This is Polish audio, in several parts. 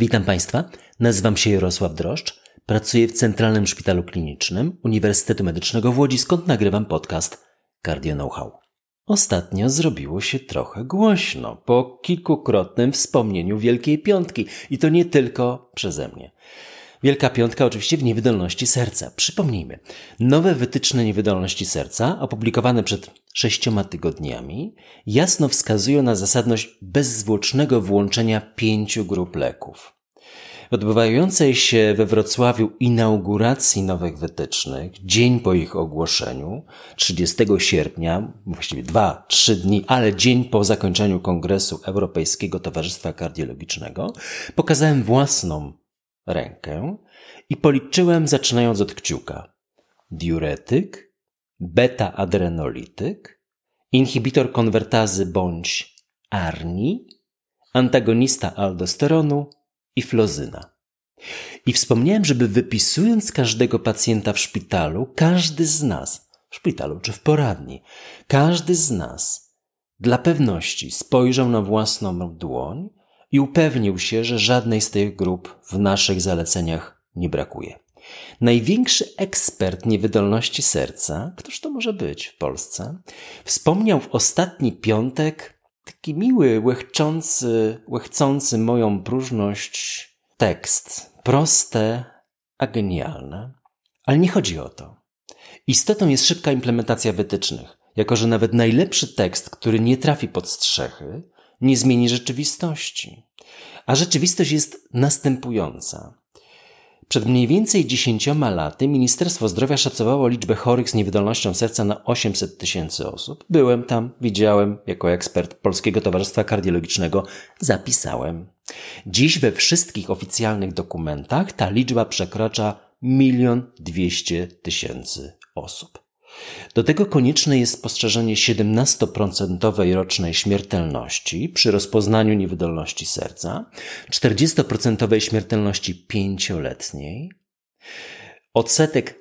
Witam Państwa, nazywam się Jarosław Droszcz, pracuję w Centralnym Szpitalu Klinicznym Uniwersytetu Medycznego w Łodzi, skąd nagrywam podcast Cardio Know-how. Ostatnio zrobiło się trochę głośno po kilkukrotnym wspomnieniu Wielkiej Piątki i to nie tylko przeze mnie. Wielka Piątka oczywiście w niewydolności serca. Przypomnijmy, nowe wytyczne niewydolności serca, opublikowane przed 6 tygodniami, jasno wskazują na zasadność bezzwłocznego włączenia 5 grup leków. W odbywającej się we Wrocławiu inauguracji nowych wytycznych, dzień po ich ogłoszeniu, 30 sierpnia, właściwie 2-3 dni, ale dzień po zakończeniu Kongresu Europejskiego Towarzystwa Kardiologicznego, pokazałem własną rękę i policzyłem, zaczynając od kciuka: diuretyk, beta-adrenolityk, inhibitor konwertazy bądź ARNI, antagonista aldosteronu i flozyna. I wspomniałem, żeby wypisując każdego pacjenta w szpitalu, każdy z nas, w szpitalu czy w poradni, każdy z nas dla pewności spojrzał na własną dłoń i upewnił się, że żadnej z tych grup w naszych zaleceniach nie brakuje. Największy ekspert niewydolności serca, któż to może być w Polsce, wspomniał w ostatni piątek taki miły, łechcący moją próżność tekst. Proste, a genialne. Ale nie chodzi o to. Istotą jest szybka implementacja wytycznych, jako że nawet najlepszy tekst, który nie trafi pod strzechy, nie zmieni rzeczywistości. A rzeczywistość jest następująca. Przed mniej więcej 10 laty Ministerstwo Zdrowia szacowało liczbę chorych z niewydolnością serca na 800 000 osób. Byłem tam, widziałem, jako ekspert Polskiego Towarzystwa Kardiologicznego, zapisałem. Dziś we wszystkich oficjalnych dokumentach ta liczba przekracza 1 200 000 osób. Do tego konieczne jest spostrzeżenie 17% rocznej śmiertelności przy rozpoznaniu niewydolności serca, 40% śmiertelności 5-letniej, odsetek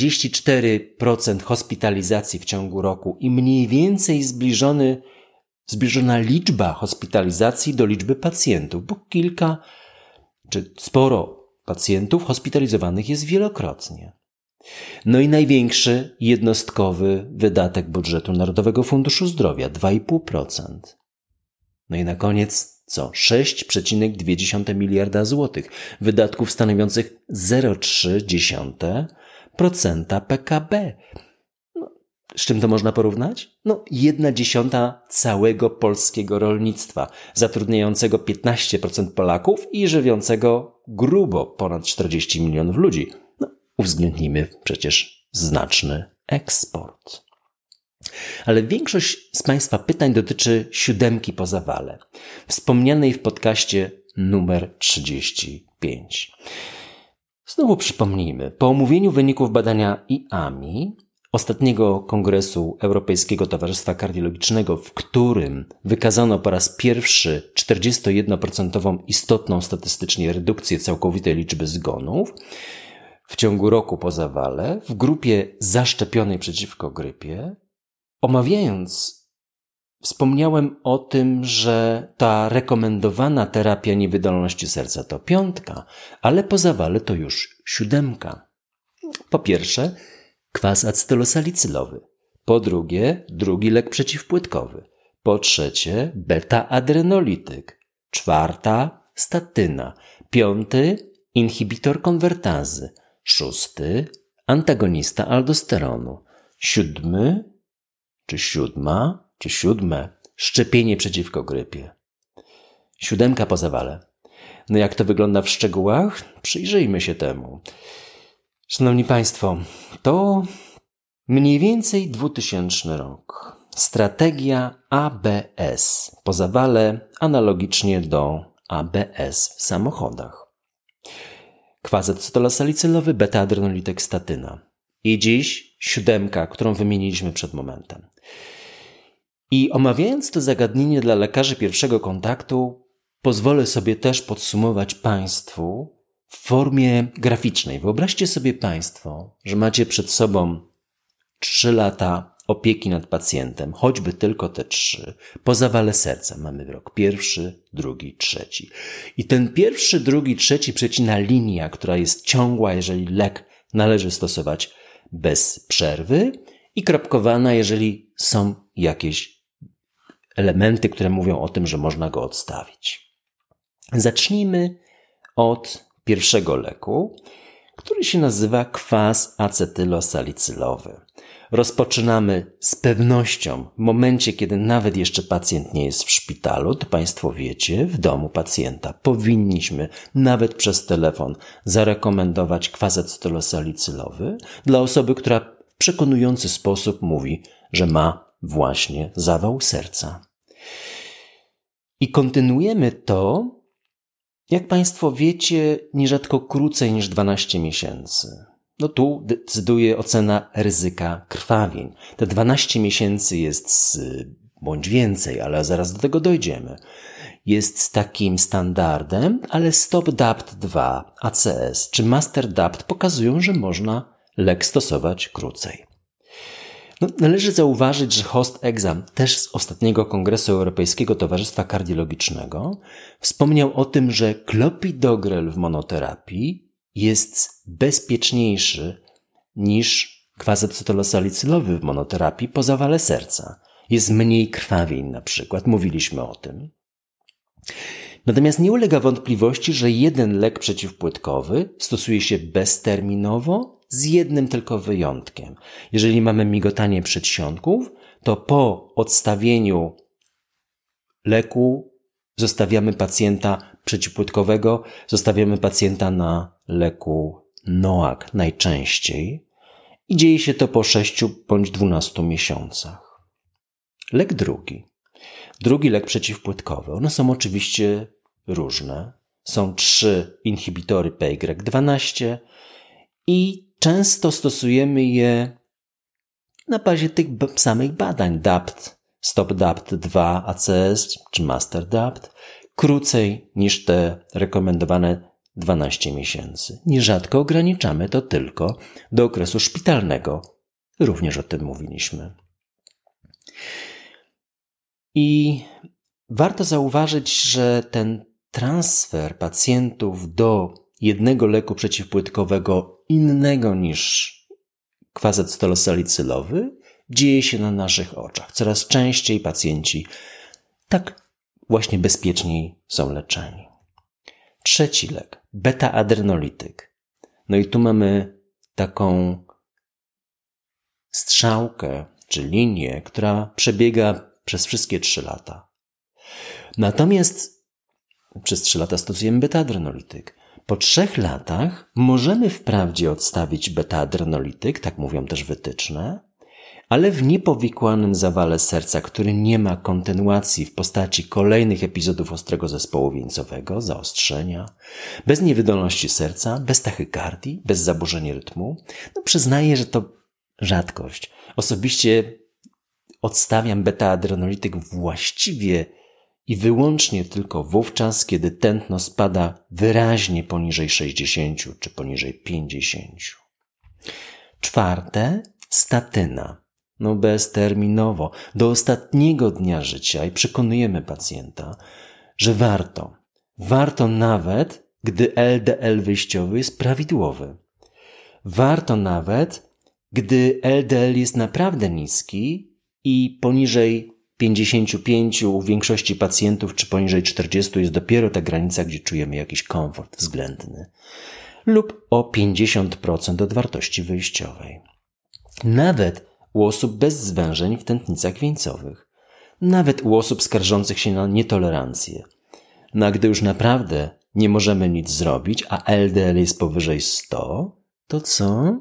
44% hospitalizacji w ciągu roku i mniej więcej zbliżona liczba hospitalizacji do liczby pacjentów, bo kilka czy sporo pacjentów hospitalizowanych jest wielokrotnie. No i największy jednostkowy wydatek budżetu Narodowego Funduszu Zdrowia 2,5%. No i na koniec 6,2 miliarda złotych wydatków stanowiących 0,3% PKB. Z czym to można porównać? 1/10 całego polskiego rolnictwa, zatrudniającego 15% Polaków i żywiącego grubo ponad 40 milionów ludzi. Uwzględnijmy przecież znaczny eksport. Ale większość z Państwa pytań dotyczy 7 po zawale, wspomnianej w podcaście numer 35. Znowu przypomnijmy, po omówieniu wyników badania IAMI, ostatniego Kongresu Europejskiego Towarzystwa Kardiologicznego, w którym wykazano po raz pierwszy 41% istotną statystycznie redukcję całkowitej liczby zgonów, w ciągu roku po zawale, w grupie zaszczepionej przeciwko grypie, omawiając, wspomniałem o tym, że ta rekomendowana terapia niewydolności serca to 5, ale po zawale to już 7. Po pierwsze, kwas acetylosalicylowy. Po drugie, drugi lek przeciwpłytkowy. Po trzecie, beta-adrenolityk. 4, statyna. 5, inhibitor konwertazy. 6, antagonista aldosteronu. 7, czy 7, szczepienie przeciwko grypie. 7 po zawale. No jak to wygląda w szczegółach? Przyjrzyjmy się temu. Szanowni Państwo, to mniej więcej 2000 rok. Strategia ABS po zawale analogicznie do ABS w samochodach. Kwas acetylosalicylowy, beta-adrenolityk, statyna. I dziś 7, którą wymieniliśmy przed momentem. I omawiając to zagadnienie dla lekarzy pierwszego kontaktu, pozwolę sobie też podsumować Państwu w formie graficznej. Wyobraźcie sobie Państwo, że macie przed sobą 3 lata opieki nad pacjentem, choćby tylko te 3, po zawale serca mamy rok 1, 2, 3. I ten 1, 2, 3 przecina linia, która jest ciągła, jeżeli lek należy stosować bez przerwy i kropkowana, jeżeli są jakieś elementy, które mówią o tym, że można go odstawić. Zacznijmy od pierwszego leku, który się nazywa kwas acetylosalicylowy. Rozpoczynamy z pewnością w momencie, kiedy nawet jeszcze pacjent nie jest w szpitalu, to Państwo wiecie, w domu pacjenta powinniśmy nawet przez telefon zarekomendować kwas acetylosalicylowy dla osoby, która w przekonujący sposób mówi, że ma właśnie zawał serca. I kontynuujemy to, jak Państwo wiecie, nierzadko krócej niż 12 miesięcy. No tu decyduje ocena ryzyka krwawień. Te 12 miesięcy jest bądź więcej, ale zaraz do tego dojdziemy. Jest takim standardem, ale STOP-DAPT-2, ACS czy MASTER-DAPT pokazują, że można lek stosować krócej. Należy zauważyć, że host exam, też z ostatniego Kongresu Europejskiego Towarzystwa Kardiologicznego, wspomniał o tym, że klopidogrel w monoterapii jest bezpieczniejszy niż kwas acetylosalicylowy w monoterapii po zawale serca. Jest mniej krwawień na przykład, mówiliśmy o tym. Natomiast nie ulega wątpliwości, że jeden lek przeciwpłytkowy stosuje się bezterminowo, z jednym tylko wyjątkiem. Jeżeli mamy migotanie przedsionków, to po odstawieniu leku zostawiamy pacjenta przeciwpłytkowego, zostawiamy pacjenta na leku NOAC najczęściej i dzieje się to po 6 bądź 12 miesiącach. Lek drugi. Drugi lek przeciwpłytkowy. One są oczywiście różne. Są 3 inhibitory PY12 i często stosujemy je na bazie tych samych badań DAPT, STOP-DAPT-2 ACS czy MASTER-DAPT, krócej niż te rekomendowane 12 miesięcy. Nierzadko ograniczamy to tylko do okresu szpitalnego. Również o tym mówiliśmy. I warto zauważyć, że ten transfer pacjentów do jednego leku przeciwpłytkowego innego niż kwas acetylosalicylowy dzieje się na naszych oczach. Coraz częściej pacjenci tak właśnie bezpieczniej są leczeni. Trzeci lek, beta-adrenolityk. No i tu mamy taką strzałkę czy linię, która przebiega przez wszystkie 3 lata. Natomiast przez 3 lata stosujemy beta-adrenolityk. Po 3 latach możemy wprawdzie odstawić beta-adrenolityk, tak mówią też wytyczne, ale w niepowikłanym zawale serca, który nie ma kontynuacji w postaci kolejnych epizodów ostrego zespołu wieńcowego, zaostrzenia, bez niewydolności serca, bez tachykardii, bez zaburzeń rytmu, przyznaję, że to rzadkość. Osobiście odstawiam beta-adrenolityk właściwie i wyłącznie tylko wówczas, kiedy tętno spada wyraźnie poniżej 60 czy poniżej 50. Czwarte, statyna. Bezterminowo, do ostatniego dnia życia i przekonujemy pacjenta, że warto nawet, gdy LDL wyjściowy jest prawidłowy. Warto nawet, gdy LDL jest naprawdę niski i poniżej 55 u większości pacjentów, czy poniżej 40 jest dopiero ta granica, gdzie czujemy jakiś komfort względny. Lub o 50% od wartości wyjściowej. Nawet u osób bez zwężeń w tętnicach wieńcowych. Nawet u osób skarżących się na nietolerancję. A gdy już naprawdę nie możemy nic zrobić, a LDL jest powyżej 100, to co?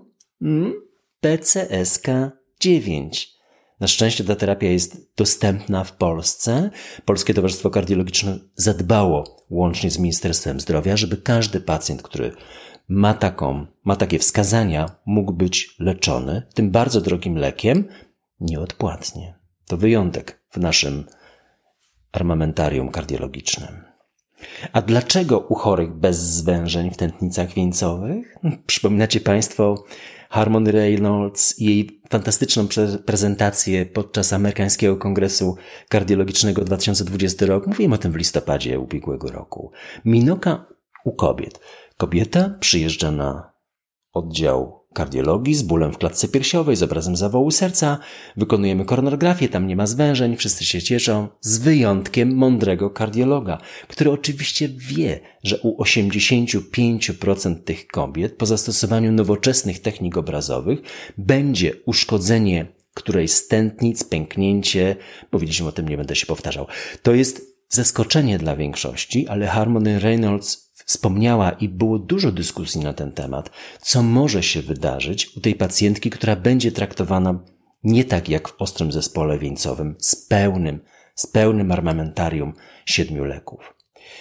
PCSK9. Na szczęście ta terapia jest dostępna w Polsce. Polskie Towarzystwo Kardiologiczne zadbało łącznie z Ministerstwem Zdrowia, żeby każdy pacjent, który ma takie wskazania, mógł być leczony tym bardzo drogim lekiem nieodpłatnie. To wyjątek w naszym armamentarium kardiologicznym. A dlaczego u chorych bez zwężeń w tętnicach wieńcowych? Przypominacie Państwo Harmony Reynolds i jej fantastyczną prezentację podczas amerykańskiego kongresu kardiologicznego 2020 rok. Mówiłem o tym w listopadzie ubiegłego roku. Minoka u kobiet. Kobieta przyjeżdża na oddział kardiologii z bólem w klatce piersiowej, z obrazem zawału serca. Wykonujemy koronografię, tam nie ma zwężeń, wszyscy się cieszą, z wyjątkiem mądrego kardiologa, który oczywiście wie, że u 85% tych kobiet po zastosowaniu nowoczesnych technik obrazowych będzie uszkodzenie którejś z tętnic, pęknięcie. Mówiliśmy o tym, nie będę się powtarzał. To jest zaskoczenie dla większości, ale Harmony Reynolds wspomniała i było dużo dyskusji na ten temat, co może się wydarzyć u tej pacjentki, która będzie traktowana nie tak jak w ostrym zespole wieńcowym, z pełnym armamentarium 7 leków.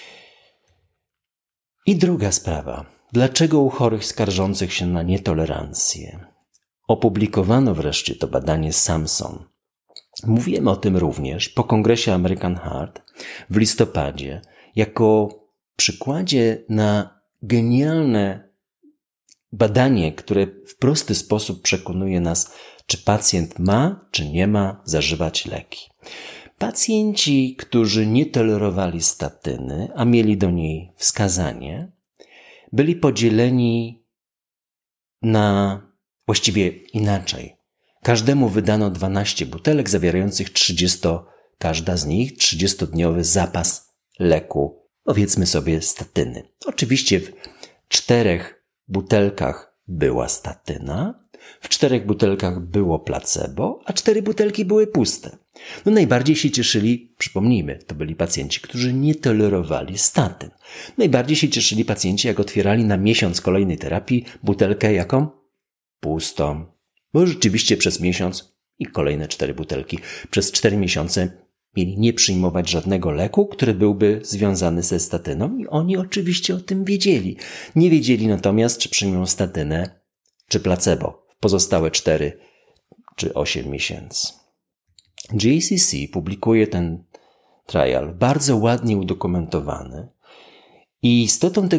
I druga sprawa. Dlaczego u chorych skarżących się na nietolerancję? Opublikowano wreszcie to badanie Samson. Mówiłem o tym również po kongresie American Heart w listopadzie jako przykładzie na genialne badanie, które w prosty sposób przekonuje nas, czy pacjent ma, czy nie ma zażywać leki. Pacjenci, którzy nie tolerowali statyny, a mieli do niej wskazanie, byli podzieleni na właściwie inaczej. Każdemu wydano 12 butelek zawierających każda z nich 30-dniowy zapas leku, powiedzmy sobie statyny. Oczywiście w 4 butelkach była statyna, w 4 butelkach było placebo, a 4 butelki były puste. Najbardziej się cieszyli, przypomnijmy, to byli pacjenci, którzy nie tolerowali statyn. Najbardziej się cieszyli pacjenci, jak otwierali na miesiąc kolejnej terapii butelkę jaką? Pustą. Bo rzeczywiście przez miesiąc i kolejne 4 butelki. Przez 4 miesiące mieli nie przyjmować żadnego leku, który byłby związany ze statyną i oni oczywiście o tym wiedzieli. Nie wiedzieli natomiast, czy przyjmą statynę, czy placebo w pozostałe 4 czy 8 miesięcy. JCC publikuje ten trial bardzo ładnie udokumentowany i istotą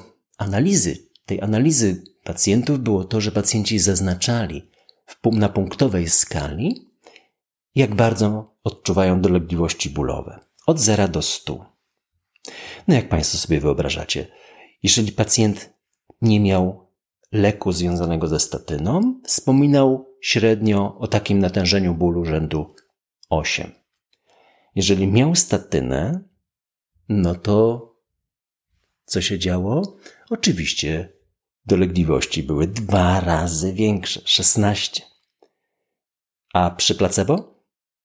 tej analizy pacjentów było to, że pacjenci zaznaczali na punktowej skali, jak bardzo odczuwają dolegliwości bólowe. Od 0 do 100. Jak Państwo sobie wyobrażacie, jeżeli pacjent nie miał leku związanego ze statyną, wspominał średnio o takim natężeniu bólu rzędu 8. Jeżeli miał statynę, to co się działo? Oczywiście dolegliwości były 2 razy większe, 16. A przy placebo?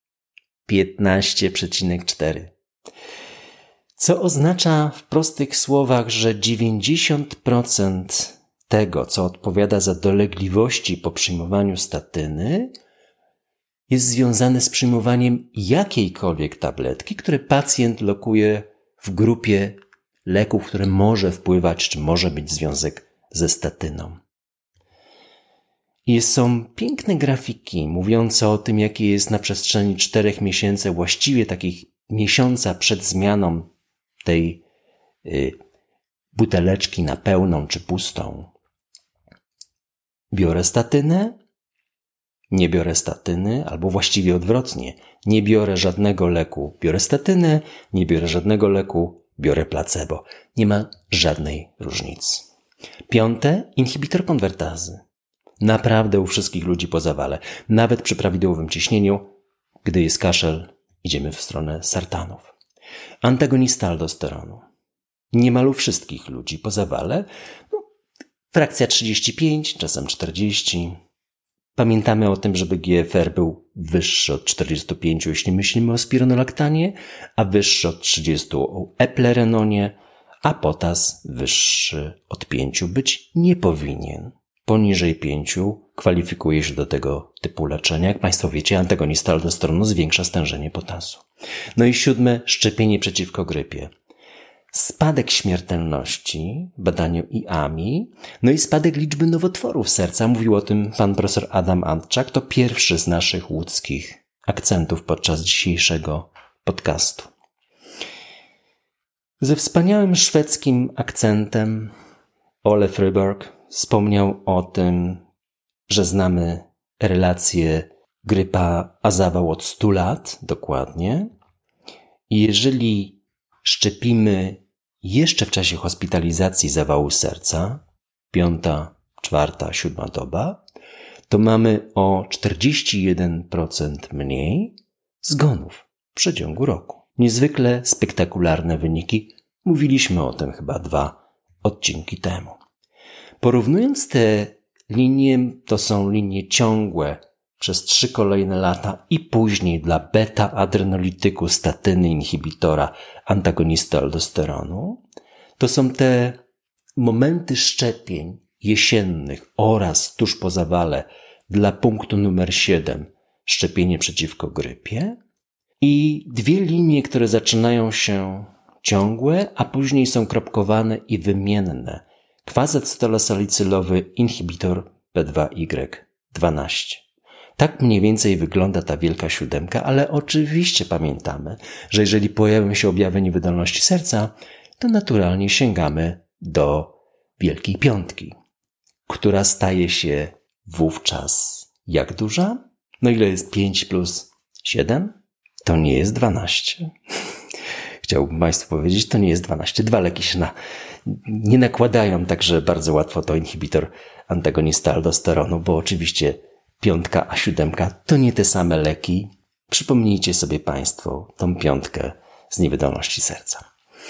15,4. Co oznacza w prostych słowach, że 90% tego, co odpowiada za dolegliwości po przyjmowaniu statyny, jest związane z przyjmowaniem jakiejkolwiek tabletki, które pacjent lokuje w grupie leków, które może wpływać, czy może mieć związek ze statyną. I są piękne grafiki mówiące o tym, jakie jest na przestrzeni 4 miesięcy, właściwie takich miesiąca przed zmianą tej buteleczki na pełną czy pustą. Biorę statynę, nie biorę statyny, albo właściwie odwrotnie. Nie biorę żadnego leku, biorę statynę, nie biorę żadnego leku, biorę placebo. Nie ma żadnej różnicy. 5. Inhibitor konwertazy. Naprawdę u wszystkich ludzi po zawale. Nawet przy prawidłowym ciśnieniu, gdy jest kaszel, idziemy w stronę sartanów. Antagonista aldosteronu. Niemal u wszystkich ludzi po zawale. Frakcja 35, czasem 40. Pamiętamy o tym, żeby GFR był wyższy od 45, jeśli myślimy o spironolaktanie, a wyższy od 30 o eplerenonie, a potas wyższy od 5 być nie powinien. Poniżej 5 kwalifikuje się do tego typu leczenia. Jak Państwo wiecie, antagonista aldosteronu zwiększa stężenie potasu. I 7. Szczepienie przeciwko grypie. Spadek śmiertelności w badaniu IAMI, i spadek liczby nowotworów serca. Mówił o tym pan profesor Adam Antczak. To pierwszy z naszych łódzkich akcentów podczas dzisiejszego podcastu. Ze wspaniałym szwedzkim akcentem Ole Fröberg wspomniał o tym, że znamy relację grypa a zawał od 100 lat, dokładnie. I jeżeli szczepimy jeszcze w czasie hospitalizacji zawału serca, 5., 4., 7. doba, to mamy o 41% mniej zgonów w przeciągu roku. Niezwykle spektakularne wyniki. Mówiliśmy o tym chyba 2 odcinki temu. Porównując te linie, to są linie ciągłe przez 3 kolejne lata i później dla beta-adrenolityku, statyny, inhibitora, antagonisty aldosteronu, to są te momenty szczepień jesiennych oraz tuż po zawale dla punktu numer 7, szczepienie przeciwko grypie, i 2 linie, które zaczynają się ciągłe, a później są kropkowane i wymienne. Kwas acetylsalicylowy, inhibitor P2Y12. Tak mniej więcej wygląda ta wielka 7, ale oczywiście pamiętamy, że jeżeli pojawią się objawy niewydolności serca, to naturalnie sięgamy do wielkiej 5, która staje się wówczas jak duża? No ile jest 5 plus 7? To nie jest 12. Chciałbym Państwu powiedzieć, to nie jest 12. 2 leki się nie nakładają, także bardzo łatwo to inhibitor antagonista aldosteronu, bo oczywiście 5 a 7 to nie te same leki. Przypomnijcie sobie Państwo tą 5 z niewydolności serca.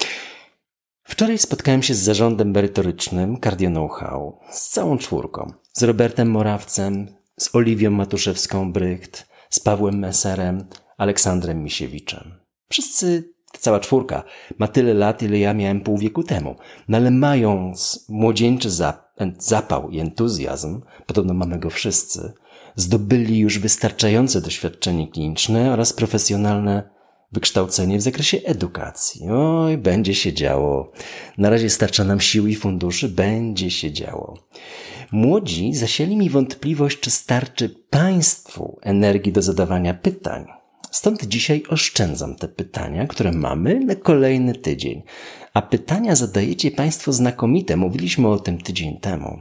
Wczoraj spotkałem się z zarządem merytorycznym Cardio Know-how, z całą 4, z Robertem Morawcem, z Oliwią Matuszewską-Brycht, z Pawłem Messerem, Aleksandrem Misiewiczem. Wszyscy, cała 4 ma tyle lat, ile ja miałem pół wieku temu. No ale mając młodzieńczy zapał i entuzjazm, podobno mamy go wszyscy, zdobyli już wystarczające doświadczenie kliniczne oraz profesjonalne wykształcenie w zakresie edukacji. Oj, będzie się działo. Na razie starcza nam sił i funduszy, będzie się działo. Młodzi zasieli mi wątpliwość, czy starczy Państwu energii do zadawania pytań. Stąd dzisiaj oszczędzam te pytania, które mamy na kolejny tydzień. A pytania zadajecie Państwo znakomite. Mówiliśmy o tym tydzień temu.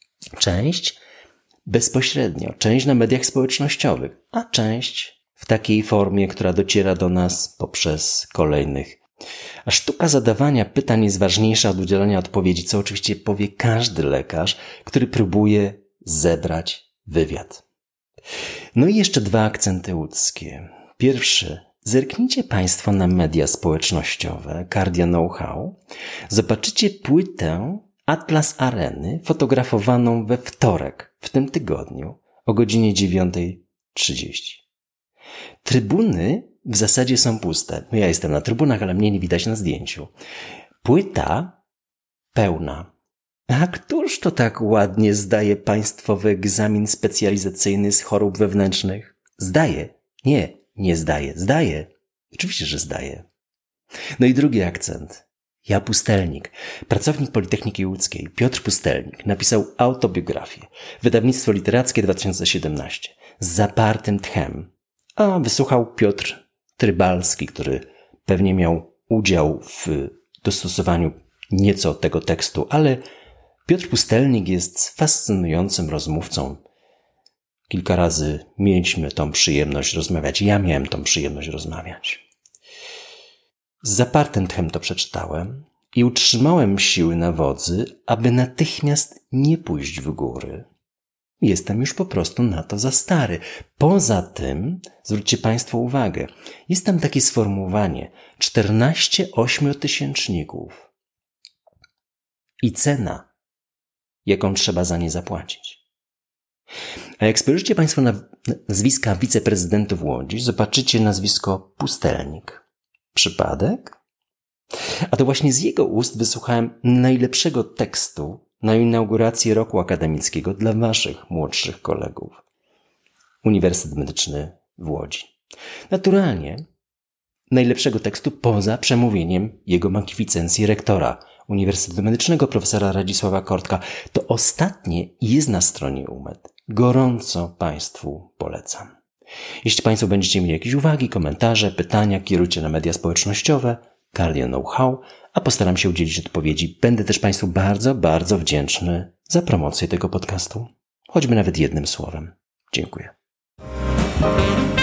Część bezpośrednio, część na mediach społecznościowych, a część w takiej formie, która dociera do nas poprzez kolejnych. A sztuka zadawania pytań jest ważniejsza od udzielania odpowiedzi, co oczywiście powie każdy lekarz, który próbuje zebrać wywiad. No i jeszcze 2 akcenty łódzkie. Pierwszy. Zerknijcie Państwo na media społecznościowe Cardio Know-how. Zobaczycie płytę Atlas Areny fotografowaną we wtorek w tym tygodniu o godzinie 9:30. Trybuny w zasadzie są puste. No ja jestem na trybunach, ale mnie nie widać na zdjęciu. Płyta pełna. A któż to tak ładnie zdaje państwowy egzamin specjalizacyjny z chorób wewnętrznych? Zdaje. Nie zdaje. Zdaje. Oczywiście, że zdaje. No i drugi akcent. Ja Pustelnik, pracownik Politechniki Łódzkiej, Piotr Pustelnik, napisał autobiografię. Wydawnictwo literackie 2017. Z zapartym tchem. A wysłuchał Piotr Trybalski, który pewnie miał udział w dostosowaniu nieco tego tekstu, ale Piotr Pustelnik jest fascynującym rozmówcą. Kilka razy mieliśmy tą przyjemność rozmawiać. Ja miałem tą przyjemność rozmawiać. Z zapartym tchem to przeczytałem i utrzymałem siły na wodzy, aby natychmiast nie pójść w góry. Jestem już po prostu na to za stary. Poza tym, zwróćcie Państwo uwagę, jest tam takie sformułowanie 14 8-tysięczników i cena, jaką trzeba za nie zapłacić. A jak spojrzycie Państwo na nazwiska wiceprezydentów Łodzi, zobaczycie nazwisko Pustelnik. Przypadek? A to właśnie z jego ust wysłuchałem najlepszego tekstu na inaugurację roku akademickiego dla Waszych młodszych kolegów. Uniwersytet Medyczny w Łodzi. Naturalnie najlepszego tekstu poza przemówieniem jego magnificencji rektora Uniwersytetu Medycznego profesora Radzisława Kortka. To ostatnie jest na stronie UMED. Gorąco Państwu polecam. Jeśli Państwo będziecie mieli jakieś uwagi, komentarze, pytania, kierujcie na media społecznościowe Cardio Know-how, a postaram się udzielić odpowiedzi. Będę też Państwu bardzo, bardzo wdzięczny za promocję tego podcastu. choćby nawet jednym słowem. Dziękuję.